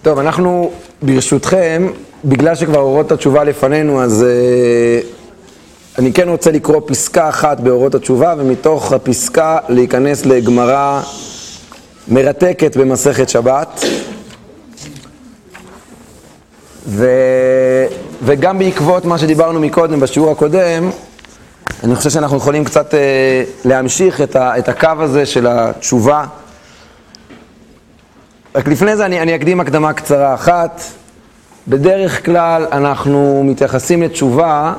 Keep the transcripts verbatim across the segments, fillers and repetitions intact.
טוב, אנחנו ברשותכם, בגלל שכבר אורות התשובה לפנינו, אז uh, אני כן רוצה לקרוא פסקה אחת באורות התשובה, ומתוך הפסקה להיכנס לגמרא מרתקת במסכת שבת. ו... וגם בעקבות מה שדיברנו מקודם בשיעור הקודם, אני חושב שאנחנו יכולים קצת uh, להמשיך את, ה... את הקו הזה של התשובה. רק לפני זה אני, אני אקדים הקדמה קצרה אחת. בדרך כלל אנחנו מתייחסים לתשובה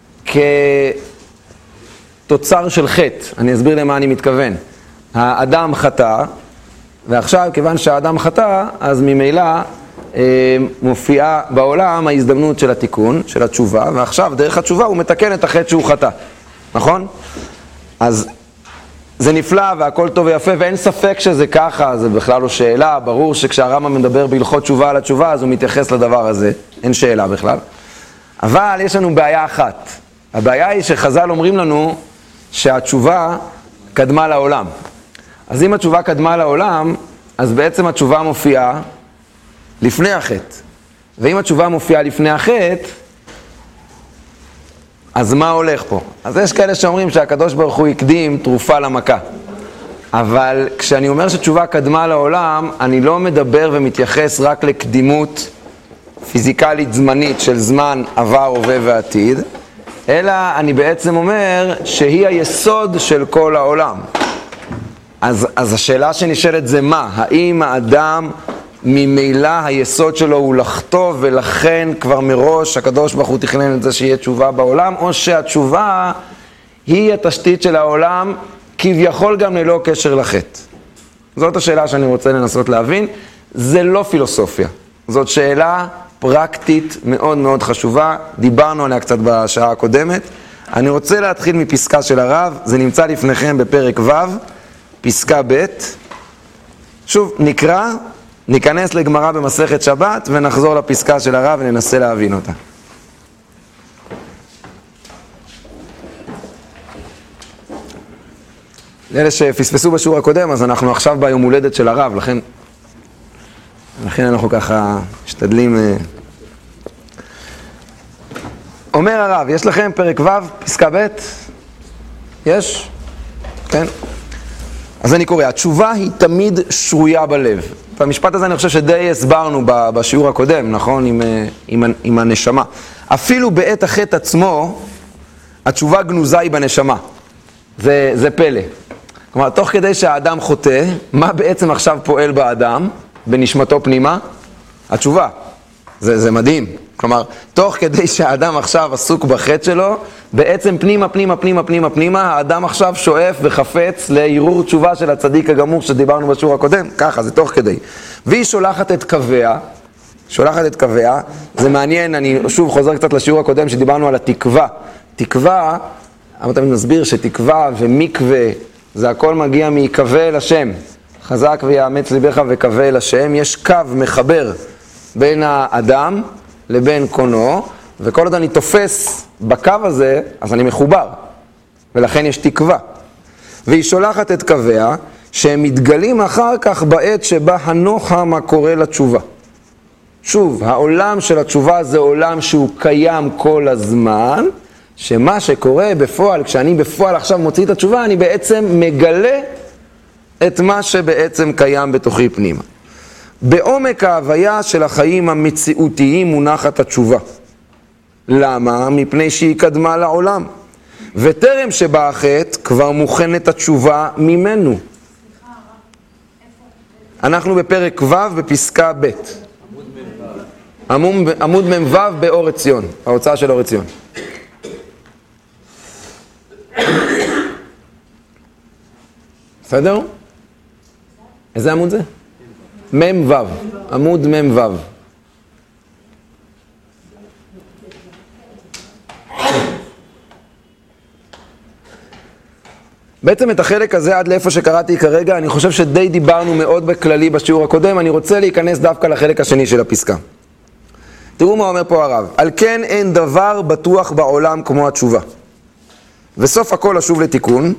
כתוצר של חטא. אני אסביר למה אני מתכוון. האדם חטא, ועכשיו כיוון שהאדם חטא, אז ממילא אה, מופיעה בעולם ההזדמנות של התיקון, של התשובה, ועכשיו דרך התשובה הוא מתקן את החטא שהוא חטא. נכון? אז זה נפלא והכל טוב ויפה, ואין ספק שזה ככה, זה בכלל לא שאלה. ברור שכשהרמב"ם מדבר בהלכות תשובה על התשובה, אז הוא מתייחס לדבר הזה, אין שאלה בכלל. אבל יש לנו בעיה אחת. הבעיה היא שחז"ל אומרים לנו שהתשובה קדמה לעולם. אז אם התשובה קדמה לעולם, אז בעצם התשובה מופיעה לפני החטא. ואם התשובה מופיעה לפני החטא, אז מה הולך פה? אז יש כאלה שאומרים שהקדוש ברוך הוא הקדים תרופה למכה. אבל כשאני אומר שתשובה קדמה לעולם, אני לא מדבר ומתייחס רק לקדימות פיזיקלית זמנית של זמן עבר, הווה ועתיד, אלא אני בעצם אומר שהיא היסוד של כל העולם. אז, אז השאלה שנשאלת זה מה? האם האדם ממילא היסוד שלו הוא לחטוא, ולכן כבר מראש הקדוש ברוך הוא תכנן את זה שיהיה תשובה בעולם, או שהתשובה היא התשתית של העולם כביכול גם ללא קשר לחטא? זאת השאלה שאני רוצה לנסות להבין. זה לא פילוסופיה, זאת שאלה פרקטית מאוד מאוד חשובה, דיברנו עליה קצת בשעה הקודמת. אני רוצה להתחיל מפסקה של הרב, זה נמצא לפניכם בפרק ו', פסקה ב'. שוב, נקרא, ניכנס לגמרא במסכת שבת ונחזור לפסקה של הרב וננסה להבין אותה. לאלה שפספסו בשיעור הקודם, אז אנחנו עכשיו ביום הולדת של הרב, לכן, לכן אנחנו ככה משתדלים. אומר הרב, יש לכם פרק ו', פסקה ב'? יש? כן? אז אני קורא, התשובה היא תמיד שרויה בלב. במשפט הזה אני חושב שדי הסברנו בשיעור הקודם, נכון? עם, עם, עם הנשמה. אפילו בעת החטא עצמו, התשובה גנוזה היא בנשמה. זה, זה פלא. כלומר, תוך כדי שהאדם חוטא, מה בעצם עכשיו פועל באדם, בנשמתו פנימה? התשובה. זה, זה מדהים. כלומר, תוך כדי שהאדם עכשיו עסוק בחטא שלו, בעצם פנימה, פנימה, פנימה, פנימה, פנימה, האדם עכשיו שואף וחפץ לערעור תשובה של הצדיק הגמור שדיברנו בשיעור הקודם. ככה, זה תוך כדי. והיא שולחת את קוויה, שולחת את קוויה, זה מעניין, אני שוב חוזר קצת לשיעור הקודם שדיברנו על התקווה. תקווה, אבל תמיד נסביר שתקווה ומקווה, זה הכל מגיע מקווה אל השם. חזק ויאמץ ליבך וקווה אל השם. יש קו מחבר בין האדם לבין קונו, וכל עוד אני תופס בקו הזה, אז אני מחובר, ולכן יש תקווה. והיא שולחת את קוויה, שהם מתגלים אחר כך בעת שבה הנוחם הקורא לתשובה. שוב, העולם של התשובה זה עולם שהוא קיים כל הזמן, שמה שקורה בפועל, כשאני בפועל עכשיו מוציא את התשובה, אני בעצם מגלה את מה שבעצם קיים בתוכי פנימה. בעומק ההוויה של החיים המציאותיים מונחת התשובה. למה? מפני שהיא קדמה לעולם. וטרם שבא החטא כבר מוכנת התשובה ממנו. אנחנו בפרק ו' בפסקה ב'. עמוד, עמוד מ"ו באור עציון, ההוצאה של אור עציון. בסדר? איזה עמוד זה? מ"ו, עמוד מ"ו. בעצם את החלק הזה עד לאיפה שקראתי כרגע, אני חושב שדי דיברנו מאוד בכללי בשיעור הקודם, אני רוצה להיכנס דווקא לחלק השני של הפסקה. תראו מה אומר פה הרב. על כן אין דבר בטוח בעולם כמו התשובה. וסוף הכל לשוב לתיקון,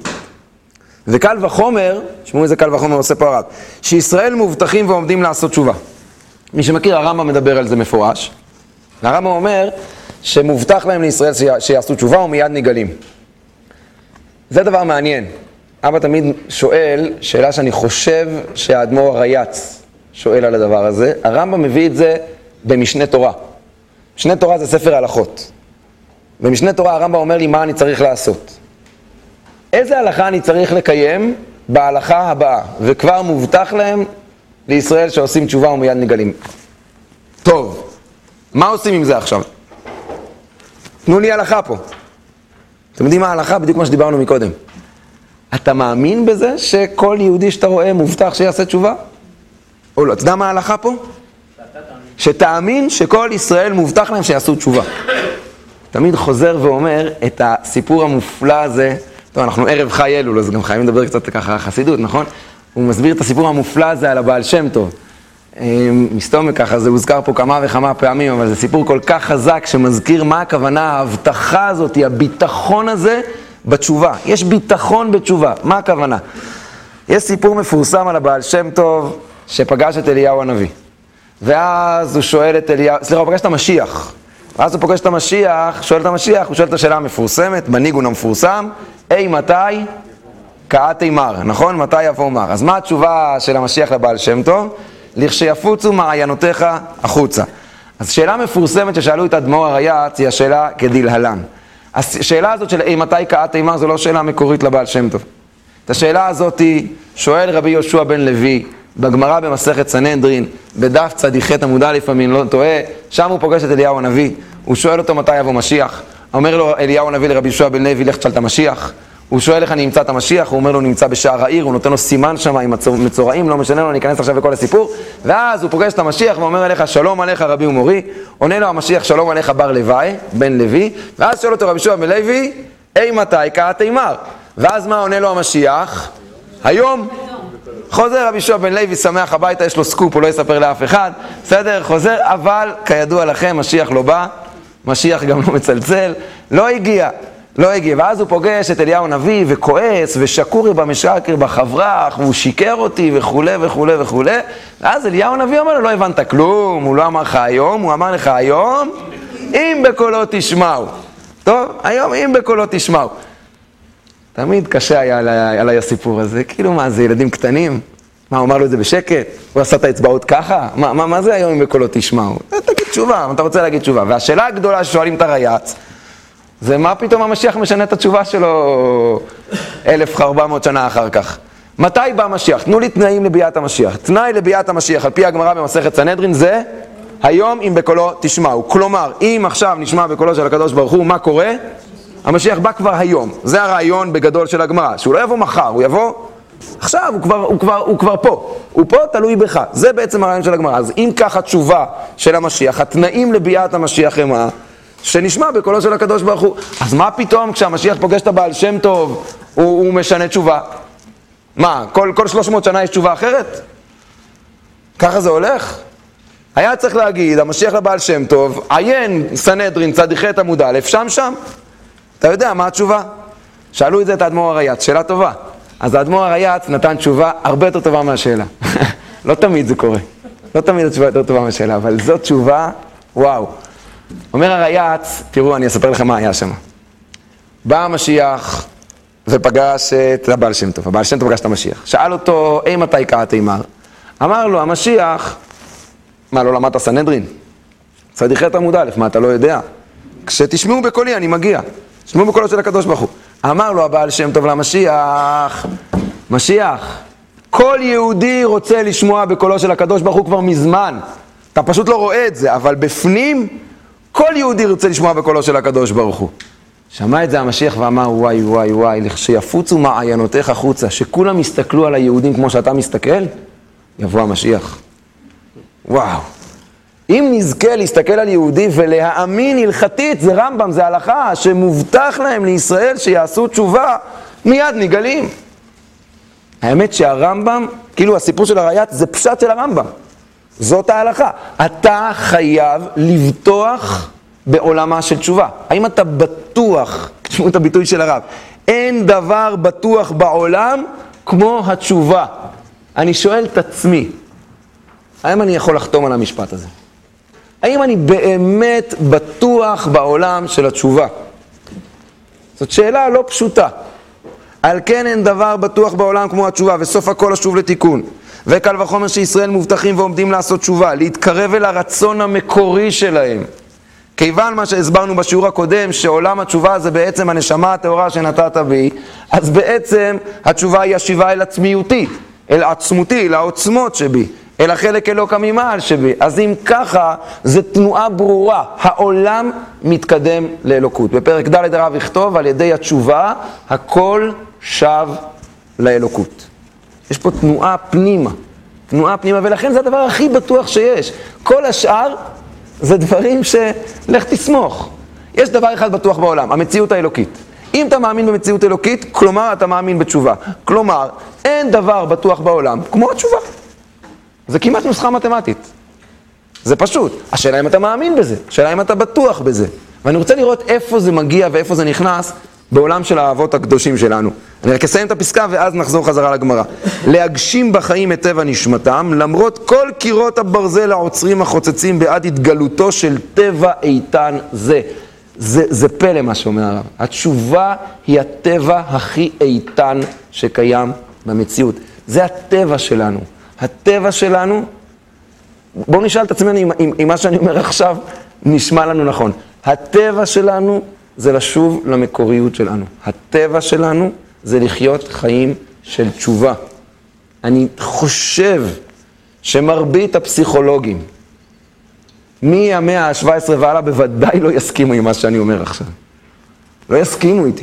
וקל וחומר, שמעו איזה קל וחומר עושה פה הרב, שישראל מובטחים ועומדים לעשות תשובה. מי שמכיר, הרמב"ם מדבר על זה מפורש. הרמב"ם אומר שמובטח להם לישראל שיעשו תשובה ומיד נגלים. זה דבר מעניין. אבא תמיד שואל, שאלה שאני חושב שהאדמו"ר הריי"צ שואל על הדבר הזה. הרמב"ם מביא את זה במשנה תורה. משנה תורה זה ספר הלכות. במשנה תורה הרמב"ם אומר לי מה אני צריך לעשות. איזה הלכה אני צריך לקיים בהלכה הבאה, וכבר מובטח להם לישראל שעושים תשובה ומיד נגלים. טוב, מה עושים עם זה עכשיו? תנו לי הלכה פה. אתם יודעים מה ההלכה? בדיוק מה שדיברנו מקודם. אתה מאמין בזה שכל יהודי שאתה רואה מובטח שיעשה תשובה? או לא? אתה יודע מה ההלכה פה? שתאמין שכל ישראל מובטח להם שיעשו תשובה. תמיד חוזר ואומר את הסיפור המופלא הזה. טוב, אנחנו ערב חי אלול, אז גם חייבים לדבר קצת ככה חסידות, נכון? הוא מסביר את הסיפור המופלא הזה על הבעל שם טוב. מסתום ככה, זה הוזכר פה כמה וכמה פעמים, אבל זה סיפור כל כך חזק שמזכיר מה הכוונה, ההבטחה הזאת, הביטחון הזה בתשובה. יש ביטחון בתשובה, מה הכוונה? יש סיפור מפורסם על הבעל שם טוב שפגש את אליהו הנביא. ואז הוא שואל את אליהו, סליחה, הוא פגש את המשיח. ואז הוא פוגש את המשיח, שואל את המשיח, הוא שואל את השאלה המפורסמת, בניגון המפורסם, אי מתי כעת אימר, נכון? מתי יבוא מר. אז מה התשובה של המשיח לבעל שם טוב? לכשיפוצו מעיינותיך החוצה. אז שאלה מפורסמת ששאלו את האדמו"ר הריי"צ היא השאלה כדלהלן. השאלה הזאת של אי מתי כעת אימר זו לא שאלה מקורית לבעל שם טוב. את השאלה הזאת שואל רבי יהושע בן לוי, בגמרא במסכת סנהדרין, בדף צדיח עמוד א' לפעמים, לא טועה, שם הוא פוגש את אליהו הנביא, הוא שואל אותו מתי יבוא משיח, אומר לו אליהו הנביא לרבי יהושע בן לוי, לך תשאל את המשיח, הוא שואל איך אני אמצא את המשיח, הוא אומר לו נמצא בשער העיר, הוא נותן לו סימן שם עם מצורעים, לא משנה לו, אני אכנס עכשיו לכל הסיפור, ואז הוא פוגש את המשיח ואומר אליך שלום עליך רבי ומורי, עונה לו המשיח שלום עליך בר לוי, בן לוי, ואז שואל אותו רבי יהושע בן לוי, אי מתי כעת אימר, ואז מה עונה לו המשיח? היום. חוזר רבי יהושע בן לוי שמח הביתה, יש לו סקופ, הוא לא יספר לאף אחד, בסדר, חוזר, אבל כידוע לכם, משיח לא בא, משיח גם לא מצלצל, לא הגיע, לא הגיע, ואז הוא פוגש את אליהו הנביא וכועס ושקורי במשקר בחברח, והוא שיקר אותי וכו' וכו' וכו', ואז אליהו הנביא אומר לו, לא הבנת כלום, הוא לא אמר לך היום, הוא אמר לך היום, אם בקולו תשמעו, טוב, היום אם בקולו תשמעו. תמיד קשה היה עליי הסיפור הזה, כאילו מה זה, ילדים קטנים? מה, הוא אמר לו את זה בשקט? הוא עשה את האצבעות ככה? מה, מה, מה זה היום אם בקולו תשמעו? תגיד תשובה, אתה רוצה להגיד תשובה. והשאלה הגדולה ששואלים את הריי"צ, זה מה פתאום המשיח משנה את התשובה שלו אלף וארבע מאות שנה אחר כך? מתי בא המשיח? תנו לי תנאים לביאת המשיח. תנאי לביאת המשיח, על פי הגמרא במסכת סנהדרין, זה היום אם בקולו תשמעו. כלומר, אם עכשיו נשמע בקולו של הקדוש ברוך הוא, מה קורה? המשיח בא כבר היום. זה הרעיון בגדול של הגמרא, שהוא לא יבוא מחר, הוא יבוא עכשיו, הוא כבר, הוא כבר, הוא כבר פה. הוא פה תלוי בך. זה בעצם הרעיון של הגמרא. אז אם ככה תשובה של המשיח, התנאים לביאת המשיח הם מה? שנשמע בקולו של הקדוש ברוך הוא. אז מה פתאום כשהמשיח פוגש את הבעל שם טוב, הוא, הוא משנה תשובה? מה, כל, כל שלוש מאות שנה יש תשובה אחרת? ככה זה הולך? היה צריך להגיד, המשיח לבעל שם טוב, עיין סנהדרין צדיח עמוד א', שם שם. אתה יודע מה התשובה? שאלו את זה את האדמו"ר הריי"צ, שאלה טובה. אז האדמו"ר הריי"צ נתן תשובה הרבה יותר טובה מהשאלה. לא תמיד זה קורה. לא תמיד התשובה יותר טובה מהשאלה, אבל זו תשובה, וואו. אומר הריי"צ, תראו, אני אספר לכם מה היה שם. בא המשיח ופגש את הבעל שם טוב. הבעל שם טוב פגש את המשיח. שאל אותו, אי מתי כעת אימר? אמר לו, המשיח, מה, לא למדת סנהדרין? צדיח עמוד א', מה, אתה לא יודע? כשתשמעו בקולי, אני מגיע. תשמעו בקולו של הקדוש ברוך הוא. אמר לו הבעל שם טוב למשיח, משיח, כל יהודי רוצה לשמוע בקולו של הקדוש ברוך הוא כבר מזמן. אתה פשוט לא רואה את זה, אבל בפנים, כל יהודי רוצה לשמוע בקולו של הקדוש ברוך הוא. שמע את זה המשיח ואמר, וואי וואי וואי, לכשיפוצו מעיינותיך החוצה, שכולם יסתכלו על היהודים כמו שאתה מסתכל, יבוא המשיח. וואו. אם נזכה להסתכל על יהודי ולהאמין הלכתית, זה רמב"ם, זה הלכה, שמובטח להם לישראל שיעשו תשובה, מיד נגלים. האמת שהרמב"ם, כאילו הסיפור של הריי"צ, זה פשט של הרמב"ם. זאת ההלכה. אתה חייב לבטוח בעולמה של תשובה. האם אתה בטוח, תשמעו את הביטוי של הרב, אין דבר בטוח בעולם כמו התשובה. אני שואל את עצמי, האם אני יכול לחתום על המשפט הזה? האם אני באמת בטוח בעולם של התשובה? זאת שאלה לא פשוטה. על כן אין דבר בטוח בעולם כמו התשובה, וסוף הכל השוב לתיקון. וקל וחומר שישראל מובטחים ועומדים לעשות תשובה, להתקרב אל הרצון המקורי שלהם. כיוון מה שהסברנו בשיעור הקודם, שעולם התשובה זה בעצם הנשמה הטהורה שנתת בי, אז בעצם התשובה היא השיבה אל עצמיותי, אל עצמותי, לעוצמות שבי, אל החלק אלוקא ממעל שבי. אז אם ככה, זו תנועה ברורה, העולם מתקדם לאלוקות. בפרק ד' הרב יכתוב, על ידי התשובה, הכל שב לאלוקות. יש פה תנועה פנימה, תנועה פנימה, ולכן זה הדבר הכי בטוח שיש. כל השאר זה דברים שלך תסמוך. יש דבר אחד בטוח בעולם, המציאות האלוקית. אם אתה מאמין במציאות אלוקית, כלומר אתה מאמין בתשובה. כלומר, אין דבר בטוח בעולם כמו התשובה. זה כמעט נוסחה מתמטית. זה פשוט. השאלה אם אתה מאמין בזה, השאלה אם אתה בטוח בזה. ואני רוצה לראות איפה זה מגיע ואיפה זה נכנס בעולם של האבות הקדושים שלנו. אני רק אסיים את הפסקה ואז נחזור חזרה לגמרא. להגשים בחיים את טבע נשמתם, למרות כל קירות הברזל העוצרים החוצצים בעד התגלותו של טבע איתן זה. זה, זה פלא מה שאומר הרב. התשובה היא הטבע הכי איתן שקיים במציאות. זה הטבע שלנו. הטבע שלנו, בואו נשאל את עצמנו אם, אם, אם מה שאני אומר עכשיו נשמע לנו נכון. הטבע שלנו זה לשוב למקוריות שלנו. הטבע שלנו זה לחיות חיים של תשובה. אני חושב שמרבית הפסיכולוגים, מהמאה ה-שבע עשרה ועלה בוודאי לא יסכימו עם מה שאני אומר עכשיו. לא יסכימו איתי.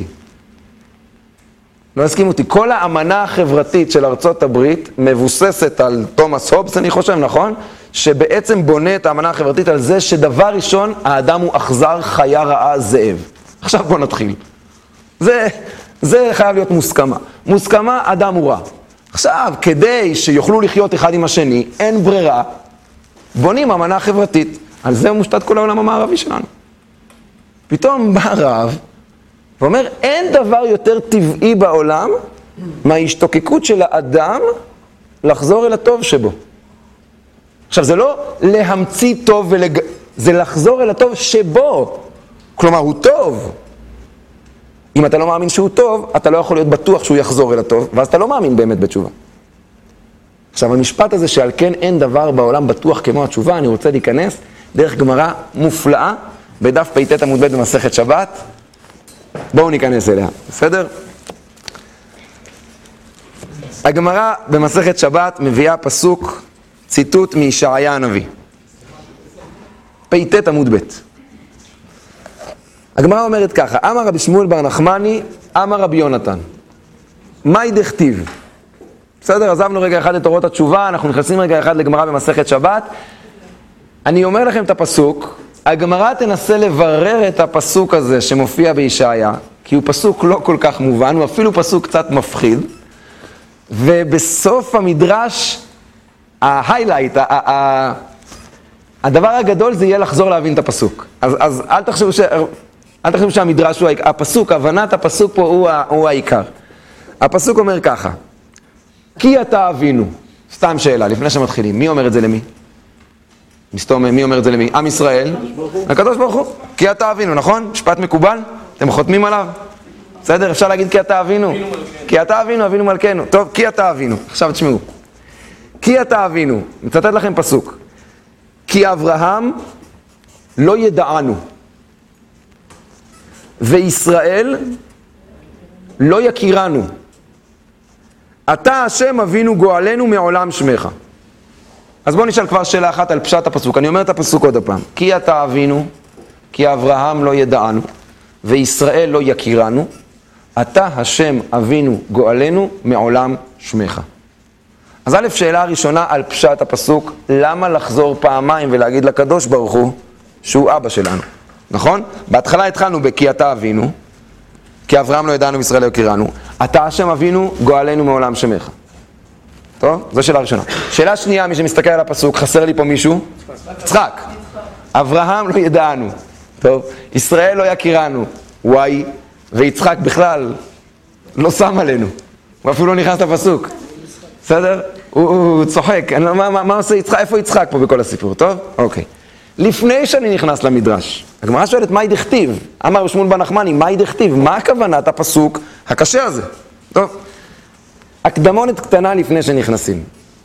לא יסכימו איתי. כל האמנה החברתית של ארצות הברית מבוססת על תומאס הובס, אני חושב, נכון? שבעצם בונה את האמנה החברתית על זה שדבר ראשון, האדם הוא אכזר, חיה רעה, זאב. עכשיו בוא נתחיל. זה, זה חייב להיות מוסכמה. מוסכמה, אדם הוא רע. עכשיו, כדי שיוכלו לחיות אחד עם השני, אין ברירה, בונים אמנה חברתית. על זה מושתת כל העולם המערבי שלנו. פתאום בא הרב ואומר, אין דבר יותר טבעי בעולם מההשתוקקות של האדם לחזור אל הטוב שבו. עכשיו, זה לא להמציא טוב, ולג... זה לחזור אל הטוב שבו. כלומר, הוא טוב. אם אתה לא מאמין שהוא טוב, אתה לא יכול להיות בטוח שהוא יחזור אל הטוב, ואז אתה לא מאמין באמת בתשובה. עכשיו, המשפט הזה שעל כן אין דבר בעולם בטוח כמו התשובה, אני רוצה להיכנס דרך גמרא מופלאה, בדף פ"ט עמוד ב' במסכת שבת. בואו ניכנס אליה, בסדר? הגמרא במסכת שבת מביאה פסוק, ציטוט מישעיה הנביא. פ"ט עמוד ב'. הגמרא אומרת ככה, אמר רבי שמואל בר נחמני, אמר רבי יונתן. מהי דכתיב? בסדר, עזבנו רגע אחד את תורות התשובה, אנחנו נכנסים רגע אחד לגמרא במסכת שבת. אני אומר לכם את הפסוק, הגמרא תנסה לברר את הפסוק הזה שמופיע בישעיה, כי הוא פסוק לא כל כך מובן, הוא אפילו פסוק קצת מפחיד, ובסוף המדרש, ההיילייט, הדבר הגדול זה יהיה לחזור להבין את הפסוק. אז, אז אל תחשבו ש... אל תחשבו שהמדרש הוא העיקר, הפסוק, הבנת הפסוק פה הוא, הוא העיקר. הפסוק אומר ככה, כי אתה אבינו, סתם שאלה, לפני שמתחילים, מי אומר את זה למי? מסתום, מי אומר את זה למי? עם ישראל? הקדוש ברוך הוא. כי אתה אבינו, נכון? משפט מקובל? אתם חותמים עליו? בסדר? אפשר להגיד כי אתה אבינו? כי אתה אבינו, אבינו מלכנו. טוב, כי אתה אבינו. עכשיו תשמעו. כי אתה אבינו, מצטט לכם פסוק. כי אברהם לא ידענו. וישראל לא יכירנו. אתה השם אבינו גואלנו מעולם שמך. אז בואו נשאל כבר שאלה אחת על פשט הפסוק. אני אומר את הפסוק עוד הפעם. כי אתה אבינו, כי אברהם לא ידענו, וישראל לא יכירנו, אתה השם אבינו גואלנו מעולם שמך. אז א', שאלה הראשונה על פשט הפסוק, למה לחזור פעמיים ולהגיד לקדוש ברוך הוא שהוא אבא שלנו? נכון? בהתחלה התחלנו בכי אתה אבינו, כי אברהם לא ידענו וישראל לא יכירנו, אתה השם אבינו גואלנו מעולם שמך. טוב? זו שאלה ראשונה. שאלה שנייה, מי שמסתכל על הפסוק, חסר לי פה מישהו? יצחק. אברהם לא ידענו. טוב? ישראל לא יכירנו. וואי, ויצחק בכלל לא שם עלינו. הוא אפילו לא נכנס לפסוק. בסדר? הוא, הוא צוחק, אני, מה, מה, מה עושה יצחק? איפה יצחק פה בכל הסיפור, טוב? אוקיי. לפני שאני נכנס למדרש, הגמרא שואלת, מה היא דכתיב? אמר שמואל בן נחמני, מה היא דכתיב? מה הכוונת הפסוק הקשה הזה? טוב. הקדמונת קטנה לפני שנכנסים.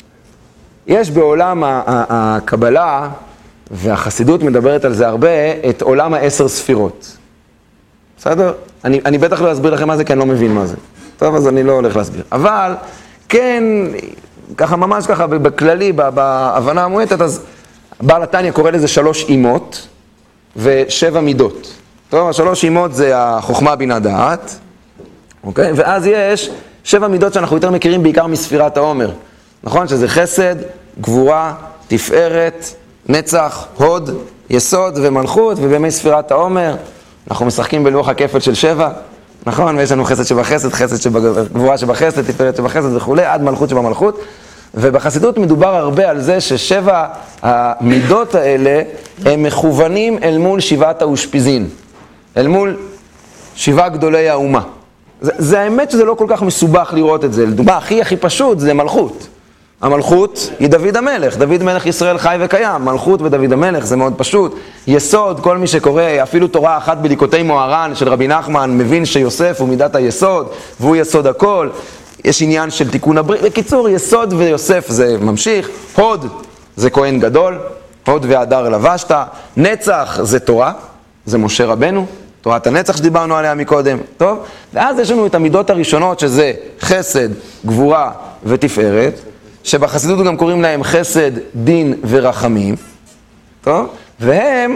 יש בעולם הקבלה, והחסידות מדברת על זה הרבה, את עולם העשר ספירות. בסדר? אני, אני בטח לא אסביר לכם מה זה, כי אני לא מבין מה זה. טוב, אז אני לא הולך להסביר. אבל, כן, ככה ממש ככה, בכללי, בהבנה המועטת, אז בעל התניא קורא לזה שלוש אימות ושבע מידות. טוב, השלוש אימות זה החוכמה בינה דעת, אוקיי? ואז יש שבע מידות שאנחנו יותר מכירים בעיקר מספירת העומר. נכון? שזה חסד, גבורה, תפארת, נצח, הוד, יסוד ומלכות, ובימי ספירת העומר אנחנו משחקים בלוח הכפל של שבע, נכון? ויש לנו חסד שבחסד, חסד שבגבורה שבחסד, תפארת שבחסד וכו', עד מלכות שבמלכות. ובחסידות מדובר הרבה על זה ששבע המידות האלה הם מכוונים אל מול שבעת האושפיזין, אל מול שבעה גדולי האומה. זה, זה האמת שזה לא כל כך מסובך לראות את זה. לדוגמה, הכי הכי פשוט זה מלכות. המלכות היא דוד המלך, דוד מלך ישראל חי וקיים, מלכות ודוד המלך זה מאוד פשוט. יסוד, כל מי שקורא, אפילו תורה אחת בליקוטי מוהר"ן של רבי נחמן, מבין שיוסף הוא מידת היסוד, והוא יסוד הכל. יש עניין של תיקון הברית. בקיצור, יסוד ויוסף זה ממשיך. הוד זה כהן גדול, הוד והדר לבשת. נצח זה תורה, זה משה רבנו, תורת הנצח שדיברנו עליה מקודם. טוב? ואז יש לנו את המידות הראשונות שזה חסד, גבורה ותפארת, שבחסידות גם קוראים להם חסד, דין ורחמים. טוב? והם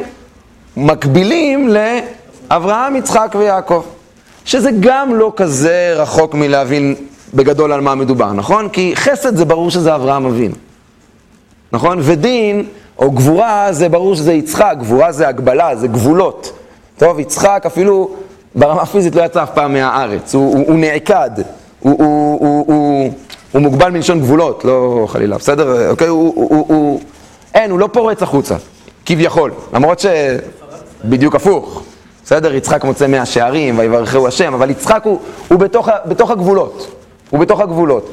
מקבילים לאברהם, יצחק ויעקב. שזה גם לא כזה רחוק מלהבין בגדול על מה מדובר, נכון? כי חסד זה ברור שזה אברהם אבינו. נכון? ודין או גבורה זה ברור שזה יצחק, גבורה זה הגבלה, זה גבולות. טוב, יצחק אפילו ברמה פיזית לא יצא אף פעם מהארץ, הוא, הוא, הוא נעקד, הוא, הוא, הוא, הוא, הוא מוגבל מלשון גבולות, לא חלילה, בסדר? אוקיי, הוא, הוא, הוא, אין, הוא לא פורץ החוצה, כביכול, למרות שבדיוק הפוך. בסדר? יצחק מוצא מהשערים ויברכהו השם, אבל יצחק הוא, הוא בתוך, בתוך הגבולות, הוא בתוך הגבולות.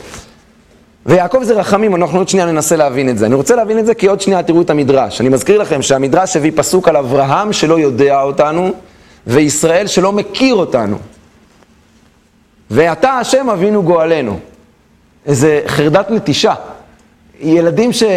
ויעקב זה רחמים, אנחנו עוד שנייה ננסה להבין את זה. אני רוצה להבין את זה כי עוד שנייה תראו את המדרש. אני מזכיר לכם שהמדרש הביא פסוק על אברהם שלא יודע אותנו, וישראל שלא מכיר אותנו. ואתה השם אבינו גואלנו. איזה חרדת נטישה. ילדים ש...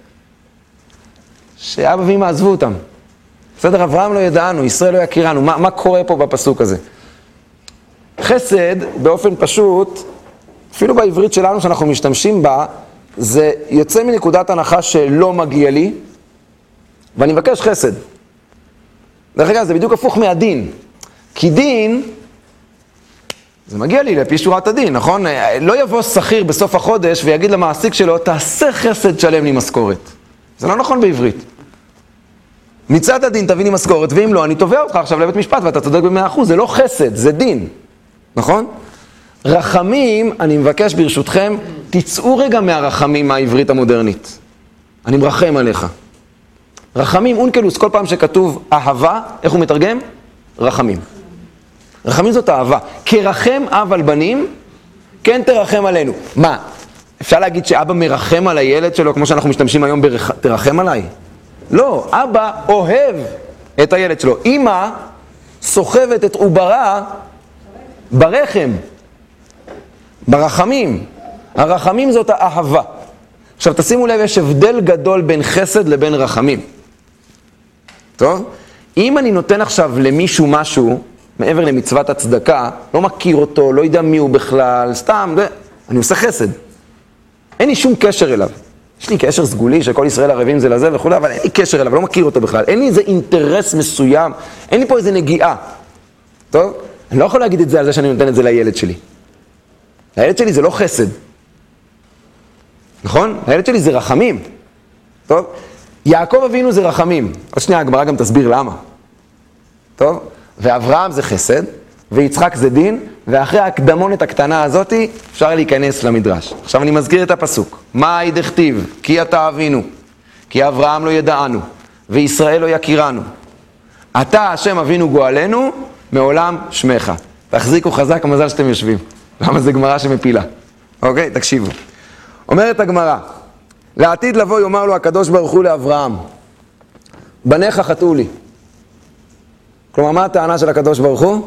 שאבא ואמא עזבו אותם. בסדר, אברהם לא ידענו, ישראל לא יכירנו. מה, מה קורה פה בפסוק הזה? חסד, באופן פשוט, אפילו בעברית שלנו שאנחנו משתמשים בה, זה יוצא מנקודת הנחה שלא מגיע לי, ואני מבקש חסד. דרך אגב, זה בדיוק הפוך מהדין. כי דין, זה מגיע לי לפי שורת הדין, נכון? לא יבוא שכיר בסוף החודש ויגיד למעסיק שלו, תעשה חסד שלם לי משכורת. זה לא נכון בעברית. מצד הדין תביא לי משכורת, ואם לא, אני תובע אותך עכשיו לבית משפט, ואתה צודק במאה אחוז, זה לא חסד, זה דין. נכון? רחמים, אני מבקש ברשותכם, תצאו רגע מהרחמים מהעברית המודרנית. אני מרחם עליך. רחמים, אונקלוס, כל פעם שכתוב אהבה, איך הוא מתרגם? רחמים. רחמים זאת אהבה. כרחם אב על בנים, כן תרחם עלינו. מה? אפשר להגיד שאבא מרחם על הילד שלו, כמו שאנחנו משתמשים היום ברח... תרחם עליי? לא, אבא אוהב את הילד שלו. אמא סוחבת את עוברה ברחם, ברחמים. הרחמים זאת האהבה. עכשיו תשימו לב, יש הבדל גדול בין חסד לבין רחמים. טוב? אם אני נותן עכשיו למישהו משהו, מעבר למצוות הצדקה, לא מכיר אותו, לא יודע מי הוא בכלל, סתם, זה, אני עושה חסד. אין לי שום קשר אליו. יש לי קשר סגולי שכל ישראל ערבים זה לזה וכו', אבל אין לי קשר אליו, לא מכיר אותו בכלל. אין לי איזה אינטרס מסוים, אין לי פה איזה נגיעה. טוב? אני לא יכול להגיד את זה על זה שאני נותן את זה לילד שלי. לילד שלי זה לא חסד. נכון? לילד שלי זה רחמים. טוב? יעקב אבינו זה רחמים. עוד שנייה, הגמרא גם תסביר למה. טוב? ואברהם זה חסד, ויצחק זה דין, ואחרי ההקדמונת הקטנה הזאת אפשר להיכנס למדרש. עכשיו אני מזכיר את הפסוק. מה היא דכתיב? כי אתה אבינו, כי אברהם לא ידענו, וישראל לא יכירנו. אתה השם אבינו גואלנו, מעולם שמך. תחזיקו חזק, מזל שאתם יושבים. למה זה גמרא שמפילה? אוקיי, תקשיבו. אומרת הגמרא, לעתיד לבוא יאמר לו הקדוש ברוך הוא לאברהם, בניך חטאו לי. כלומר, מה הטענה של הקדוש ברוך הוא?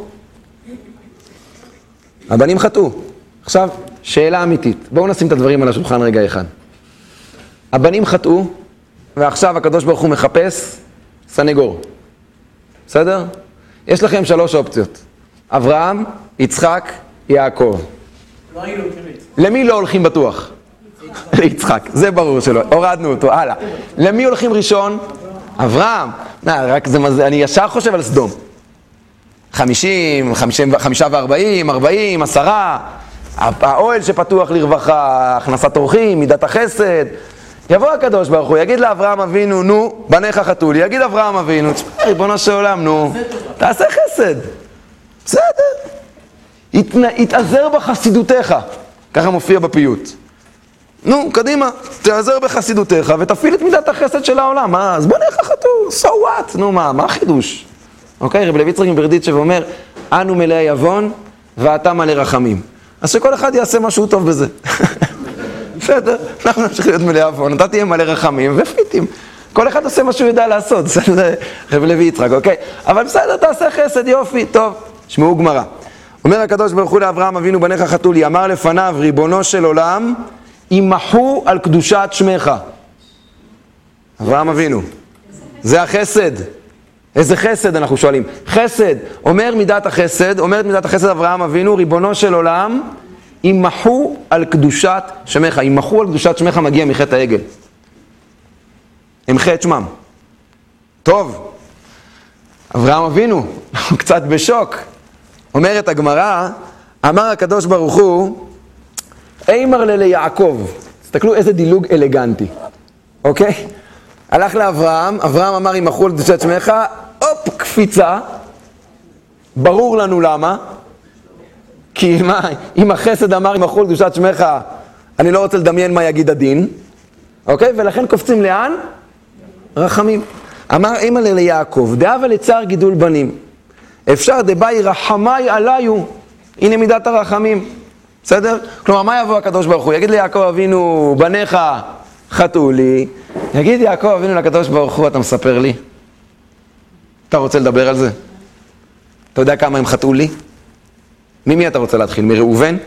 הבנים חטאו. עכשיו, שאלה אמיתית. בואו נשים את הדברים על השולחן רגע אחד. הבנים חטאו, ועכשיו הקדוש ברוך הוא מחפש סנגור. בסדר? יש לכם שלוש אופציות. אברהם, יצחק, יעקב. לא היינו, למי לא הולכים בטוח? ליצחק, זה ברור שלא. הורדנו אותו, הלאה. למי הולכים ראשון? אברהם. רק זה, אני ישר חושב על סדום. חמישים, חמישה וארבעים, ארבעים, עשרה, האוהל שפתוח לרווחה, הכנסת אורחים, מידת החסד. יבוא הקדוש ברוך הוא, יגיד לאברהם אבינו, נו, בניך חטאו לי. יגיד אברהם אבינו, תשמע, ריבונו של עולם, נו, תעשה חסד. בסדר. התעזר בחסידותיך. ככה מופיע בפיוט. נו, קדימה, תעזר בחסידותיך ותפעיל את מידת החסד של העולם. מה? אז בניך חטאו, so what? נו, מה? מה החידוש? אוקיי, רב לוי יצחק מברדיצ'ב אומר, אנו מלאי עוון ואתה מלא רחמים. אז שכל אחד יעשה משהו טוב בזה. בסדר, אנחנו נמשיך להיות מלאי עוון, אתה תהיה מלא רחמים ופיתים. כל אחד עושה מה שהוא יודע לעשות, זה רב לוי יצחק, אוקיי? אבל בסדר, תעשה חסד, יופי, טוב. שמעו גמרא. אומר הקדוש ברוך הוא לאברהם אבינו בניך חטאו לי, אמר לפניו ריבונו של עולם, ימחו על קדושת שמך. אברהם אבינו. זה החסד. איזה חסד אנחנו שואלים? חסד, אומר מידת החסד, אומרת מידת החסד אברהם אבינו, ריבונו של עולם, ימחו על קדושת שמך. ימחו על קדושת שמך מגיע מחטא העגל. ימחה את שמם. טוב, אברהם אבינו, הוא קצת בשוק. אומרת הגמרא, אמר הקדוש ברוך הוא, אימר ליעקב. תסתכלו איזה דילוג אלגנטי. אוקיי? הלך לאברהם, אברהם אמר ימחו על קדושת שמך, הופ, קפיצה. ברור לנו למה. כי מה, אם החסד אמר ימחו על קדושת שמך, אני לא רוצה לדמיין מה יגיד הדין. אוקיי? ולכן קופצים לאן? רחמים. אמר אימא ליעקב, דאבה לצער גידול בנים. אפשר דבאי רחמי עליו, הנה מידת הרחמים. בסדר? כלומר, מה יבוא הקדוש ברוך הוא? יגיד ליעקב אבינו, בניך חטאו לי. יגיד יעקב אבינו לקדוש ברוך הוא, אתה מספר לי? אתה רוצה לדבר על זה? אתה יודע כמה הם חטאו לי? ממי אתה רוצה להתחיל? מראובן?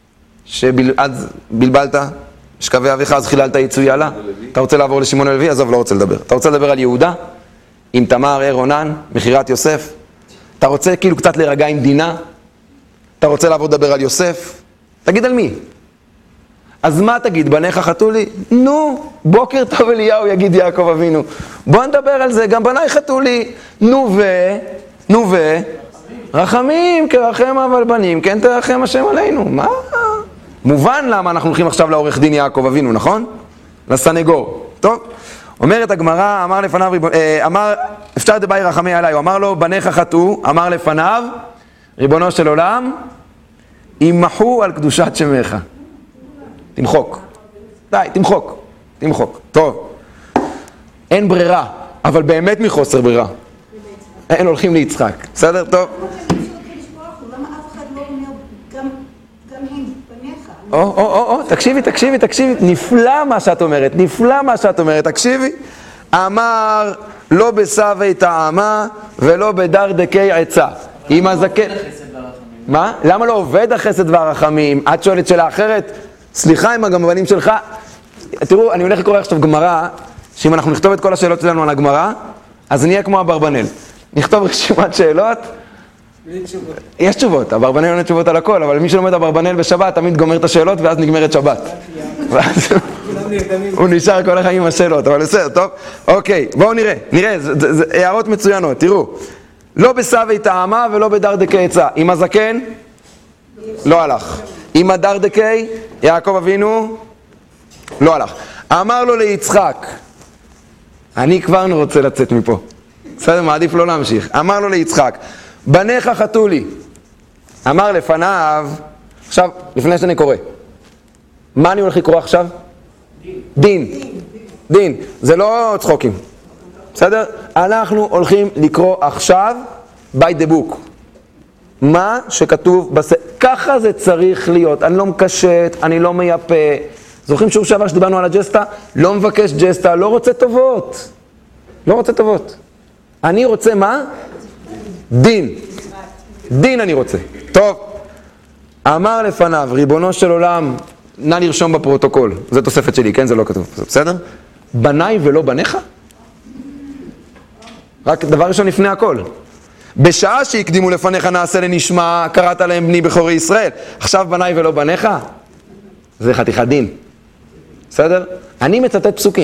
שאז בלבלת? שכבי אביך, אז חיללת יצוי עלה? אתה רוצה לעבור לשמעון הלוי? עזוב, לא רוצה לדבר. אתה רוצה לדבר על יהודה? עם תמר, ער, עונן, מכירת יוסף? אתה רוצה כאילו קצת להירגע עם דינה? אתה רוצה לעבור לדבר על יוסף? תגיד על מי? אז מה תגיד? בניך חטאו לי? נו, בוקר טוב אליהו, יגיד יעקב אבינו. בוא נדבר על זה, גם בניי חטאו לי. נו ו... נו ו... רחמים, כרחם אבל בנים, כן תרחם השם עלינו. מה? מובן למה אנחנו הולכים עכשיו לעורך דין יעקב אבינו, נכון? לסנגור. טוב? אומרת הגמרא, אמר לפניו, אמר, אפשר דבאי רחמי עליי, הוא אמר לו, בניך חטאו, אמר לפניו, ריבונו של עולם, ימחו על קדושת שמך. תמחוק. די, תמחוק. תמחוק. טוב. אין ברירה, אבל באמת מחוסר ברירה. אין הולכים ליצחק. בסדר? טוב. למה אף אחד לא אומר, גם הם, בניך? או, או, או, או, תקשיבי, תקשיבי, תקשיבי. נפלא מה שאת אומרת, נפלא מה שאת אומרת. תקשיבי. אמר, לא בסבי טעמה ולא בדרדקי עצה. אם הזקן... מה? למה לא עובד החסד והרחמים? את שואלת שאלה אחרת? סליחה עם הגמרנים שלך. תראו, אני הולך לקרוא עכשיו גמרא, שאם אנחנו נכתוב את כל השאלות שלנו על הגמרא, אז נהיה כמו אברבנאל. נכתוב רשימת שאלות. יש תשובות, אברבנאל עונה תשובות על הכל, אבל מי שלומד אברבנאל בשבת תמיד גומר את השאלות ואז נגמרת שבת. הוא נשאר כל החיים עם השאלות, אבל בסדר, טוב? אוקיי, בואו נראה, נראה, זה הערות מצוינות, תראו. לא בסבי טעמה ולא בדרדקי עצה. עם הזקן? לא הלך. עם הדרדקי, יעקב אבינו? לא הלך. אמר לו ליצחק, אני כבר רוצה לצאת מפה. בסדר, מעדיף לא להמשיך. אמר לו ליצחק, בניך חטאו לי. אמר לפניו, עכשיו, לפני שאני קורא. מה אני הולך לקרוא עכשיו? דין. דין. דין. זה לא צחוקים. בסדר? אנחנו הולכים לקרוא עכשיו by the book. מה שכתוב בספר. ככה זה צריך להיות. אני לא מקשט, אני לא מייפה. זוכרים שיעור שעבר שדיברנו על הג'סטה? לא מבקש ג'סטה, לא רוצה טובות. לא רוצה טובות. אני רוצה מה? דין. דין אני רוצה. טוב. אמר לפניו, ריבונו של עולם, נא לרשום בפרוטוקול. זו תוספת שלי, כן? זה לא כתוב. בסדר? בניי ולא בניך? רק דבר ראשון לפני הכל. בשעה שהקדימו לפניך נעשה לנשמע, קראת להם בני בכורי ישראל. עכשיו בניי ולא בניך? זה חתיכת דין. בסדר? אני מצטט פסוקים.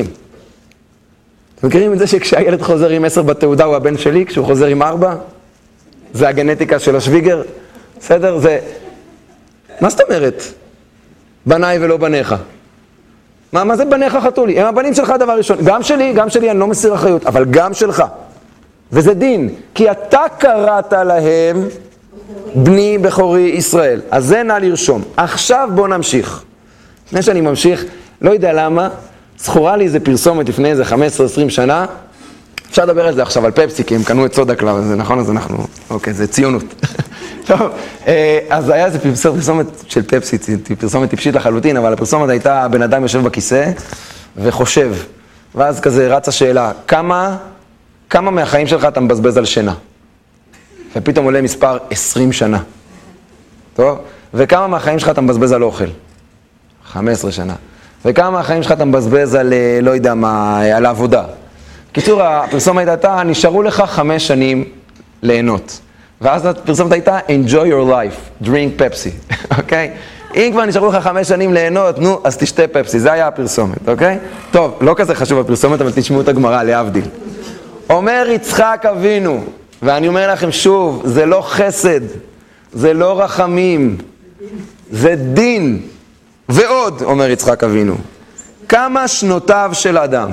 אתם מכירים את זה שכשהילד חוזר עם עשר בתעודה הוא הבן שלי, כשהוא חוזר עם ארבע? זה הגנטיקה של השוויגר. בסדר? זה... מה זאת אומרת? בניי ולא בניך. מה, מה זה בניך חתולי? הם הבנים שלך דבר ראשון. גם שלי, גם שלי, אני לא מסיר אחריות, אבל גם שלך. וזה דין, כי אתה קראת להם בני בכורי ישראל. אז זה נא לרשום. עכשיו בוא נמשיך. לפני שאני ממשיך, לא יודע למה, זכורה לי איזה פרסומת לפני איזה חמש עשרה עשרים שנה. אפשר לדבר על זה עכשיו, על פפסי, כי הם קנו את סודה קלאב, זה נכון? אז אנחנו... אוקיי, זה ציונות. טוב, אז היה איזה פרסומת של פפסי, פרסומת טיפשית לחלוטין, אבל הפרסומת הייתה, בן אדם יושב בכיסא וחושב. ואז כזה רצה שאלה, כמה... כמה מהחיים שלך אתה מבזבז על שינה? ופתאום עולה מספר עשרים שנה. טוב? וכמה מהחיים שלך אתה מבזבז על אוכל? חמש עשרה שנה. וכמה מהחיים שלך אתה מבזבז על, לא יודע מה, על העבודה? קיצור, הפרסומת הייתה, נשארו לך חמש שנים ליהנות. ואז הפרסומת הייתה, enjoy your life, drink Pepsi. אוקיי? אם כבר נשארו לך חמש שנים ליהנות, נו, אז תשתה פפסי. זה היה הפרסומת, אוקיי? טוב, לא כזה חשוב הפרסומת, אבל תשמעו את הגמרא, להבדיל. אומר יצחק אבינו, ואני אומר לכם שוב, זה לא חסד, זה לא רחמים, זה דין. ועוד, אומר יצחק אבינו, כמה שנותיו של אדם?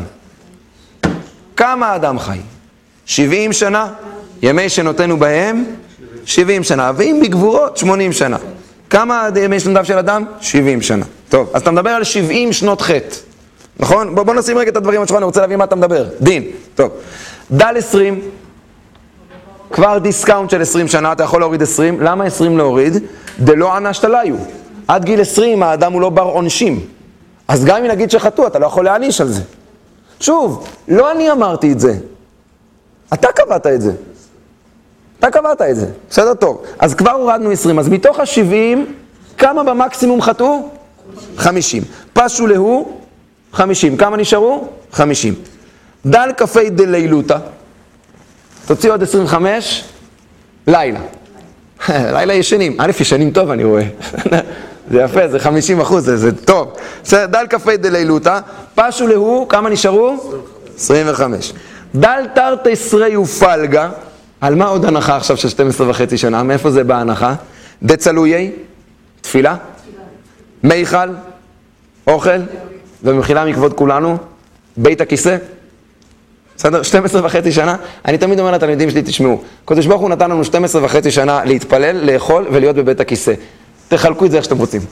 כמה אדם חי? שבעים שנה? ימי שנותינו בהם? שבעים שנה. ואם בגבורות? שמונים שנה. כמה ימי שנותיו של אדם? שבעים שנה. טוב, אז אתה מדבר על שבעים שנות חטא. נכון? בוא, בוא נשים רגע את הדברים על שלך, אני רוצה להבין מה אתה מדבר. דין. טוב. דל עשרים, כבר דיסקאונט של עשרים שנה, אתה יכול להוריד עשרים. למה עשרים להוריד? דלא ענשת ליו. עד גיל עשרים האדם הוא לא בר עונשים. אז גם אם נגיד שחטוא, אתה לא יכול להעניש על זה. שוב, לא אני אמרתי את זה. אתה קבעת את זה. אתה קבעת את זה. בסדר טוב. אז כבר הורדנו עשרים. אז מתוך ה-שבעים, כמה במקסימום חטאו? חמישים. פשו להו? חמישים. כמה נשארו? חמישים. דל קפי דלילותה. תוציאו עוד עשרים וחמש. לילה. לילה ישנים. א', ישנים טוב, אני רואה. זה יפה, זה חמישים אחוז, זה, זה טוב. דל קפי דלילותה. פשו להו, כמה נשארו? עשרים וחמש. דל תרתי עשרי ופלגה. על מה עוד הנחה עכשיו של שתים עשרה וחצי שנה? מאיפה זה בא הנחה? דצלויי, תפילה, מיכל, אוכל, ומחילה מכבוד כולנו, בית הכיסא. בסדר? שתים עשרה וחצי שנה. אני תמיד אומר לתלמידים שלי, תשמעו, קדוש ברוך הוא נתן לנו שתים עשרה וחצי שנה להתפלל, לאכול ולהיות בבית הכיסא. תחלקו את זה איך שאתם רוצים.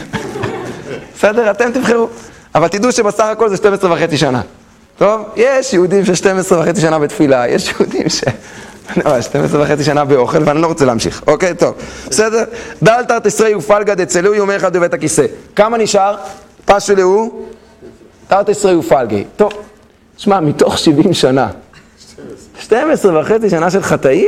בסדר? אתם תבחרו. אבל תדעו שבסך הכל זה שתים עשרה וחצי שנה. טוב? יש יהודים ש-שתים עשרה וחצי שנה בתפילה, יש יהודים ש... שתים עשרה וחצי שנה באוכל, ואני לא רוצה להמשיך. אוקיי, טוב. בסדר? דל תרתי עשרי ופלגה דצלוי, אומר אחד בבית הכיסא. כמה נשאר? פשו להו? תרתי עשרי ופלגי. טוב. שמע, מתוך שבעים שנה, שתים עשרה וחצי שנה של חטאים,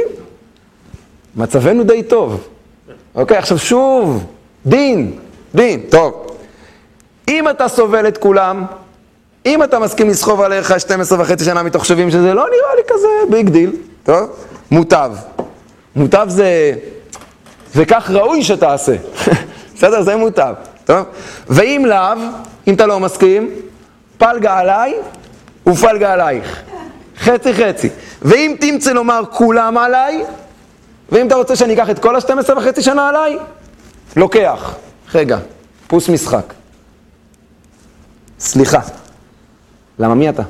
מצבנו די טוב. אוקיי, עכשיו שוב, דין, דין, טוב. אם אתה סובל את כולם, אם אתה מסכים לסחוב עליך שתים עשרה וחצי שנה מתוך שבעים, שזה לא נראה לי כזה ביג דיל, טוב? מוטב. מוטב זה, זה כך ראוי שתעשה. בסדר? זה מוטב, טוב? ואם לאו, אם אתה לא מסכים, פלגה עליי ופלגה עלייך. חצי חצי. ואם תמצא לומר כולם עליי, ואם אתה רוצה שאני אקח את כל ה-שתים עשרה וחצי שנה עליי, לוקח. רגע, פוס משחק. סליחה. למה מי אתה?